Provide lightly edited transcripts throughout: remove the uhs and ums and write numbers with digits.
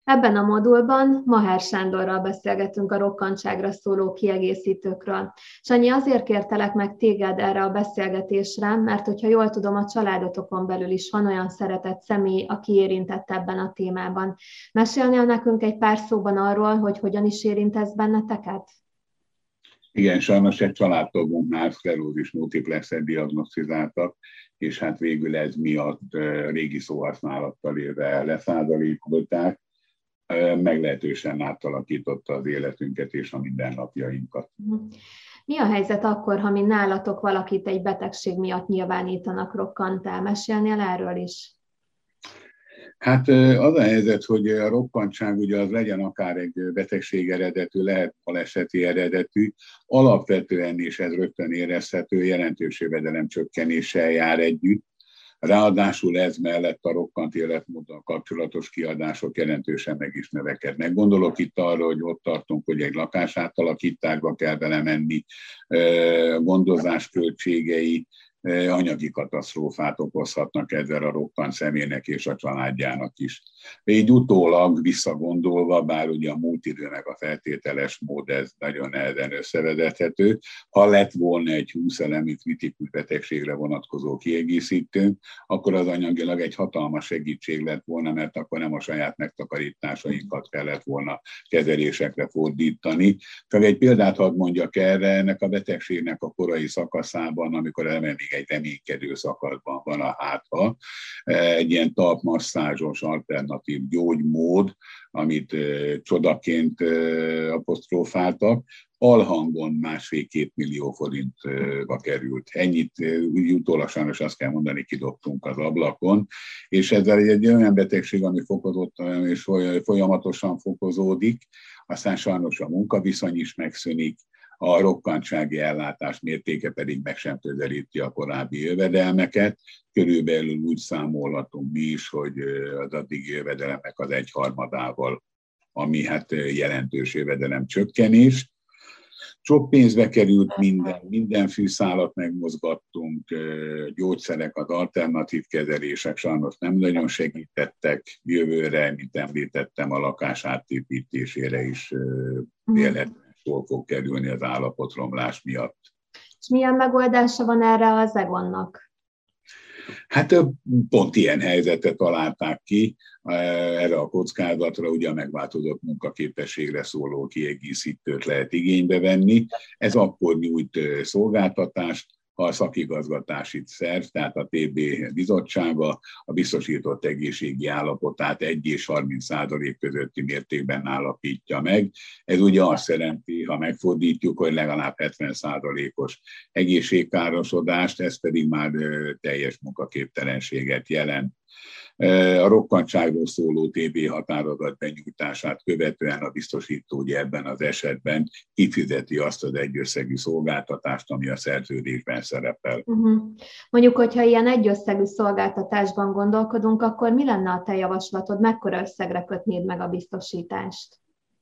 Ebben a modulban Maher Sándorral beszélgetünk a rokkantságra szóló kiegészítőkről. Sanyi, azért kértelek meg téged erre a beszélgetésre, mert hogyha jól tudom, a családotokon belül is van olyan szeretett személy, aki érintett ebben a témában. Mesélnél nekünk egy pár szóban arról, hogy hogyan is érint ez benneteket? Igen, sajnos egy családtagunknál szklerózis multiplexet diagnosztizáltak, és hát végül ez miatt régi szóhasználattal élve leszázalékolták, meglehetősen átalakította az életünket és a mindennapjainkat. Mi a helyzet akkor, ha mi nálatok valakit egy betegség miatt nyilvánítanak rokkanttá? Mesélnél erről is? Hát az a helyzet, hogy a rokkantság ugye az legyen akár egy betegség eredetű, lehet baleseti eredetű, alapvetően is ez rögtön érezhető, jelentős jövedelem csökkenéssel jár együtt. Ráadásul ez mellett a rokkant életmóddal kapcsolatos kiadások jelentősen meg is növekednek. Gondolok itt arra, hogy ott tartunk, hogy egy lakásátalakításba kell vele menni, gondozás költségei, anyagi katasztrófát okozhatnak ezzel a rokkant személynek és a családjának is. Így utólag visszagondolva, bár ugye a múlt idő meg a feltételes mód, ez nagyon nehezen összevezethető, ha lett volna egy 20 elemű kritikus betegségre vonatkozó kiegészítőnk, akkor az anyagilag egy hatalmas segítség lett volna, mert akkor nem a saját megtakarításainkat kellett volna kezelésekre fordítani. Csak egy példát hadd mondjak erre, ennek a betegségnek a korai szakaszában, amikor még egy reménykedő szakaszban van a hátha, egy ilyen talpmasszázsos alternatív gyógymód, amit csodaként apostrofáltak, alhangon 1,5-2 millió forintba került. Ennyit utólag sajnos azt kell mondani, kidobtunk az ablakon, és ezzel egy olyan betegség, ami fokozottan és folyamatosan fokozódik, aztán sajnos a munkaviszony is megszűnik, a rokkantsági ellátás mértéke pedig meg sem közelíti a korábbi jövedelmeket. Körülbelül úgy számolhatunk mi is, hogy az addigi jövedelemnek az 1/3-ával, ami hát jelentős jövedelem csökkenés. Sok pénzbe került minden fűszálat megmozgattunk, gyógyszerek, az alternatív kezelések sajnos nem nagyon segítettek. Jövőre, mint említettem, a lakás átépítésére is véletlenül sor fog kerülni az állapotromlás miatt. És milyen megoldása van erre az EGON-nak? Hát pont ilyen helyzetet találták ki, erre a kockázatra ugye a megváltozott munkaképességre szóló kiegészítőt lehet igénybe venni. Ez akkor nyújt szolgáltatást, ha a szakigazgatási szerv, tehát a TB bizottsága a biztosított egészségi állapotát 1 és 30% közötti mértékben állapítja meg. Ez ugye azt jelenti, ha megfordítjuk, hogy legalább 70%-os egészségkárosodást, ez pedig már teljes munkaképtelenséget jelent. A rokkantságról szóló TB határozat benyújtását követően a biztosító ugye ebben az esetben kifizeti azt az egyösszegű szolgáltatást, ami a szerződésben szerepel. Mondjuk, hogyha ilyen egyösszegű szolgáltatásban gondolkodunk, akkor mi lenne a te javaslatod? Mekkora összegre kötnéd meg a biztosítást?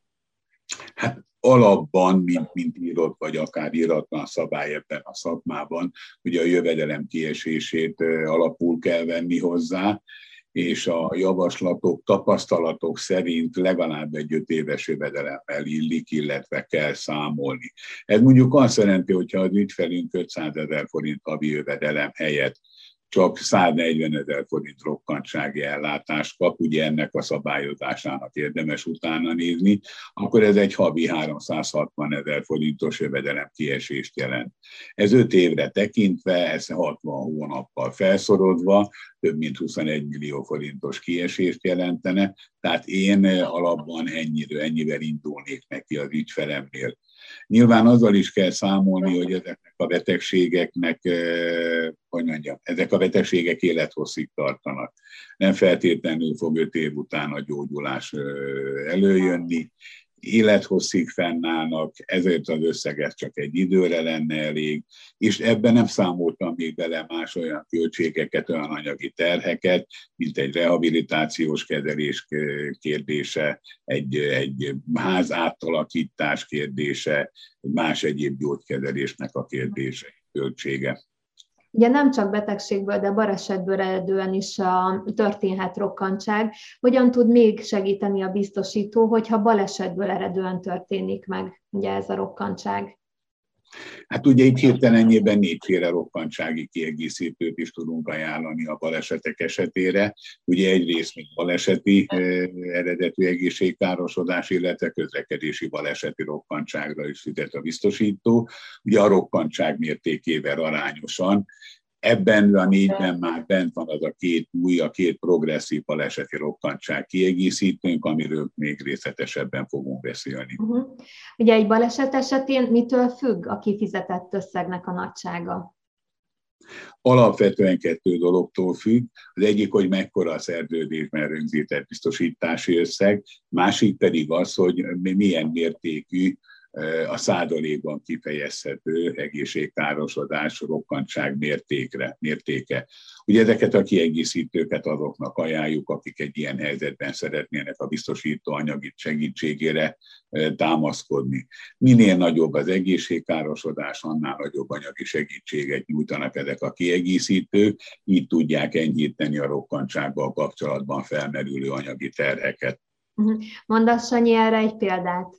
Hát alapban, mint írott vagy akár íratlan szabály ebben a szakmában, ugye a jövedelem kiesését alapul kell venni hozzá, és a javaslatok, tapasztalatok szerint legalább egy 5 éves jövedelemmel illik, illetve kell számolni. Ez mondjuk azt jelenti, hogyha az ügyfelünk 500 000 forint havi jövedelem helyett csak 140 000 forint rokkantsági ellátást kap, ugye ennek a szabályozásának érdemes utána nézni, akkor ez egy havi 360 000 forintos jövedelem kiesést jelent. Ez 5 évre tekintve, ez 60 hónappal felszorozva, több mint 21 millió forintos kiesést jelentene, tehát én alapban ennyivel indulnék neki az ügyfelemnél. Nyilván azzal is kell számolni, hogy ezeknek a betegségeknek, ezek a betegségek élethosszig tartanak. Nem feltétlenül fog 5 év után a gyógyulás előjönni, élethosszig fennállnak, ezért az összeget csak egy időre lenne elég, és ebben nem számoltam még bele más olyan költségeket, olyan anyagi terheket, mint egy rehabilitációs kezelés kérdése, egy ház átalakítás kérdése, más egyéb gyógykezelésnek a kérdése, költsége. Ugye nem csak betegségből, de balesetből eredően is történhet rokkantság. Hogyan tud még segíteni a biztosító, hogyha balesetből eredően történik meg ugye ez a rokkantság? Hát ugye itt hirtelenjében négyféle rokkantsági kiegészítőt is tudunk ajánlani a balesetek esetére. Ugye egyrészt még baleseti eredetű egészségkárosodás, illetve közlekedési baleseti rokkantságra is fizet a biztosító. Ugye a rokkantság mértékével arányosan. Ebben a négyben már bent van az a két progresszív baleseti rokkantság kiegészítőnk, amiről még részletesebben fogunk beszélni. Ugye egy baleset esetén mitől függ a kifizetett összegnek a nagysága? Alapvetően kettő dologtól függ. Az egyik, hogy mekkora a szerződésben rögzített biztosítási összeg, másik pedig az, hogy milyen mértékű a százalékban kifejezhető egészségkárosodás, rokkantság mértéke. Ugye ezeket a kiegészítőket azoknak ajánljuk, akik egy ilyen helyzetben szeretnének a biztosító anyagi segítségére támaszkodni. Minél nagyobb az egészségkárosodás, annál nagyobb anyagi segítséget nyújtanak ezek a kiegészítők, így tudják enyhíteni a rokkantsággal kapcsolatban felmerülő anyagi terheket. Mondasz, Sanyi, erre egy példát?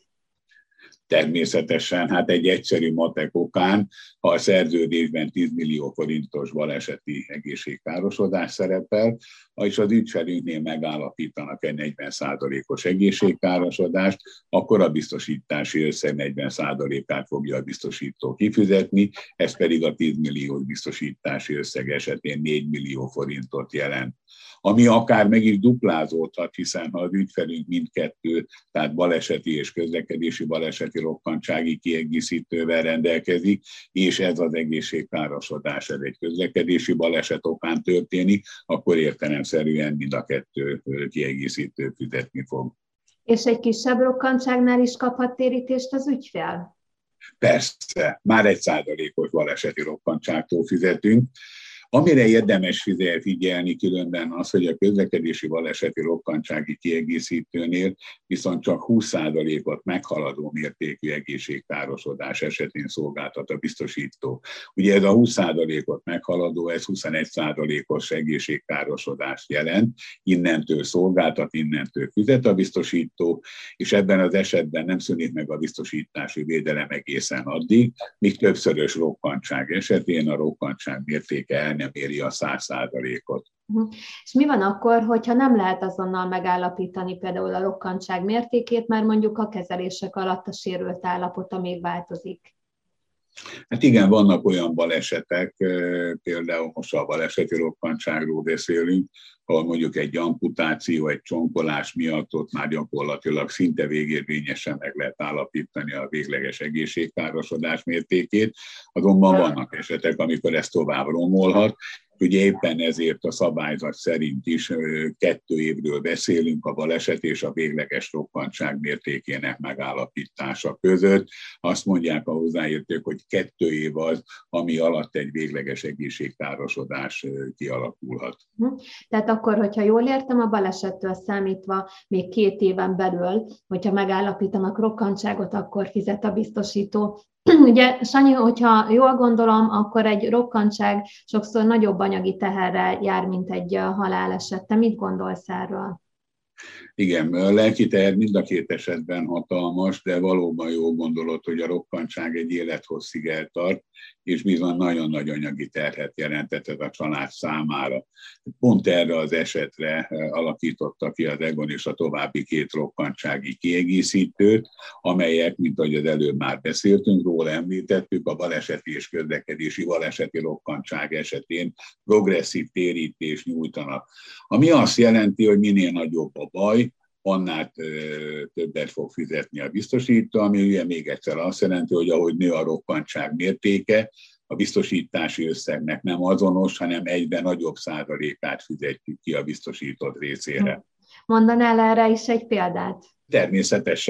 Természetesen, hát egy egyszerű matek okán, ha a szerződésben 10 millió forintos baleseti egészségkárosodás szerepel, és az ügyfelünknél megállapítanak egy 40%-os egészségkárosodást, akkor a biztosítási összeg 40%-át fogja a biztosító kifizetni, ez pedig a 10 milliós biztosítási összeg esetén 4 millió forintot jelent. Ami akár meg is duplázódhat, hiszen ha az ügyfelünk mindkettő, tehát baleseti és közlekedési baleseti rokkantsági kiegészítővel rendelkezik, és ez az egészségkárosodás, ez egy közlekedési baleset okán történik, akkor értelemszerűen mind a kettő kiegészítő fizetni fog. És egy kisebb rokkantságnál is kaphat térítést az ügyfél? Persze, már 1%-os baleseti rokkantságtól fizetünk. Amire érdemes figyelni különben az, hogy a közlekedési baleseti rokkantsági kiegészítőnél viszont csak 20%-ot meghaladó mértékű egészségkárosodás esetén szolgáltat a biztosító. Ugye ez a 20%-ot meghaladó, ez 21%-os egészségkárosodást jelent, innentől szolgáltat, innentől fizet a biztosító, és ebben az esetben nem szűnik meg a biztosítási védelem egészen addig, míg többszörös rokkantság esetén a rokkantság mértéke nem éri a 100%-ot. És mi van akkor, hogyha nem lehet azonnal megállapítani például a rokkantság mértékét, mert mondjuk a kezelések alatt a sérült állapota még változik? Hát igen, vannak olyan balesetek, például most a baleseti rokkantságról beszélünk, ahol mondjuk egy amputáció, egy csonkolás miatt ott már gyakorlatilag szinte végérvényesen meg lehet állapítani a végleges egészségkárosodás mértékét, azonban vannak esetek, amikor ez tovább romolhat. Ugye éppen ezért a szabályzat szerint is 2 évről beszélünk a baleset és a végleges rokkantság mértékének megállapítása között. Azt mondják a hozzáértők, hogy 2 év az, ami alatt egy végleges egészségkárosodás kialakulhat. Tehát akkor, hogyha jól értem, a balesettől számítva még 2 éven belül, hogyha megállapítanak rokkantságot, akkor fizet a biztosító. Ugye, Sanyi, hogyha jól gondolom, akkor egy rokkantság sokszor nagyobb anyagi teherrel jár, mint egy haláleset. Te mit gondolsz erről? Igen, a lelki teher mind a 2 esetben hatalmas, de valóban jól gondolod, hogy a rokkantság egy élethosszig eltart, és bizony nagyon nagy anyagi terhet jelentett ez a család számára. Pont erre az esetre alakította ki az EGON és a további 2 rokkantsági kiegészítőt, amelyek, mint ahogy az előbb már beszéltünk róla, említettük, a baleseti és közlekedési baleseti rokkantság esetén progresszív térítést nyújtanak. Ami azt jelenti, hogy minél nagyobb a baj, annál többet fog fizetni a biztosító, ami ugye még egyszer azt jelenti, hogy ahogy nő a rokkantság mértéke, a biztosítási összegnek nem azonos, hanem egyben nagyobb százalékát fizetjük ki a biztosított részére. Mondanál erre is egy példát? Természetesen.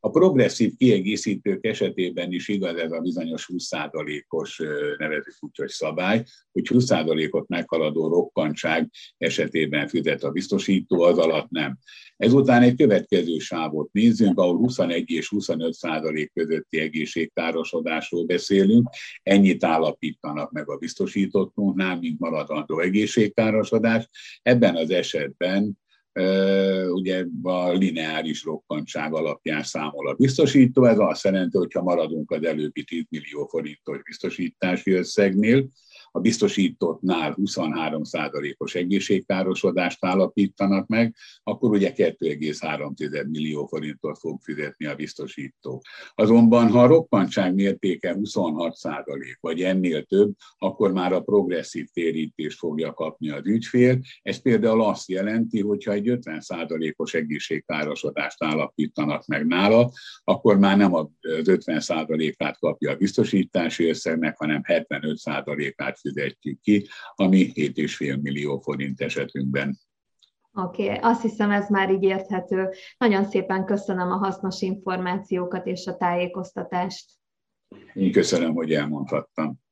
A progresszív kiegészítők esetében is igaz ez a bizonyos 20%-os nevezzük úgy, hogy szabály, hogy 20%-ot meghaladó rokkantság esetében fizet a biztosító, az alatt nem. Ezután egy következő sávot nézzünk, ahol 21 és 25% közötti egészségkárosodásról beszélünk, ennyit állapítanak meg a biztosítottnál, mint maradandó egészségkárosodás. Ebben az esetben ugye a lineáris rokkantság alapján számol a biztosító, ez azt jelenti, hogy ha maradunk az előbbi 10 millió forintos biztosítási összegnél, a biztosítottnál 23%-os egészségkárosodást állapítanak meg, akkor ugye 2,3 millió forintot fog fizetni a biztosító. Azonban, ha a rokkantság mértéke 26% vagy ennél több, akkor már a progresszív térítést fogja kapni az ügyfél. Ez például azt jelenti, hogy ha egy 50%-os egészségkárosodást állapítanak meg nála, akkor már nem az 50%-át kapja a biztosítási összegnek, hanem 75%-át fizetjük ki, ami 7,5 millió forint esetünkben. Oké, azt hiszem ez már így érthető. Nagyon szépen köszönöm a hasznos információkat és a tájékoztatást. Én köszönöm, hogy elmondhattam.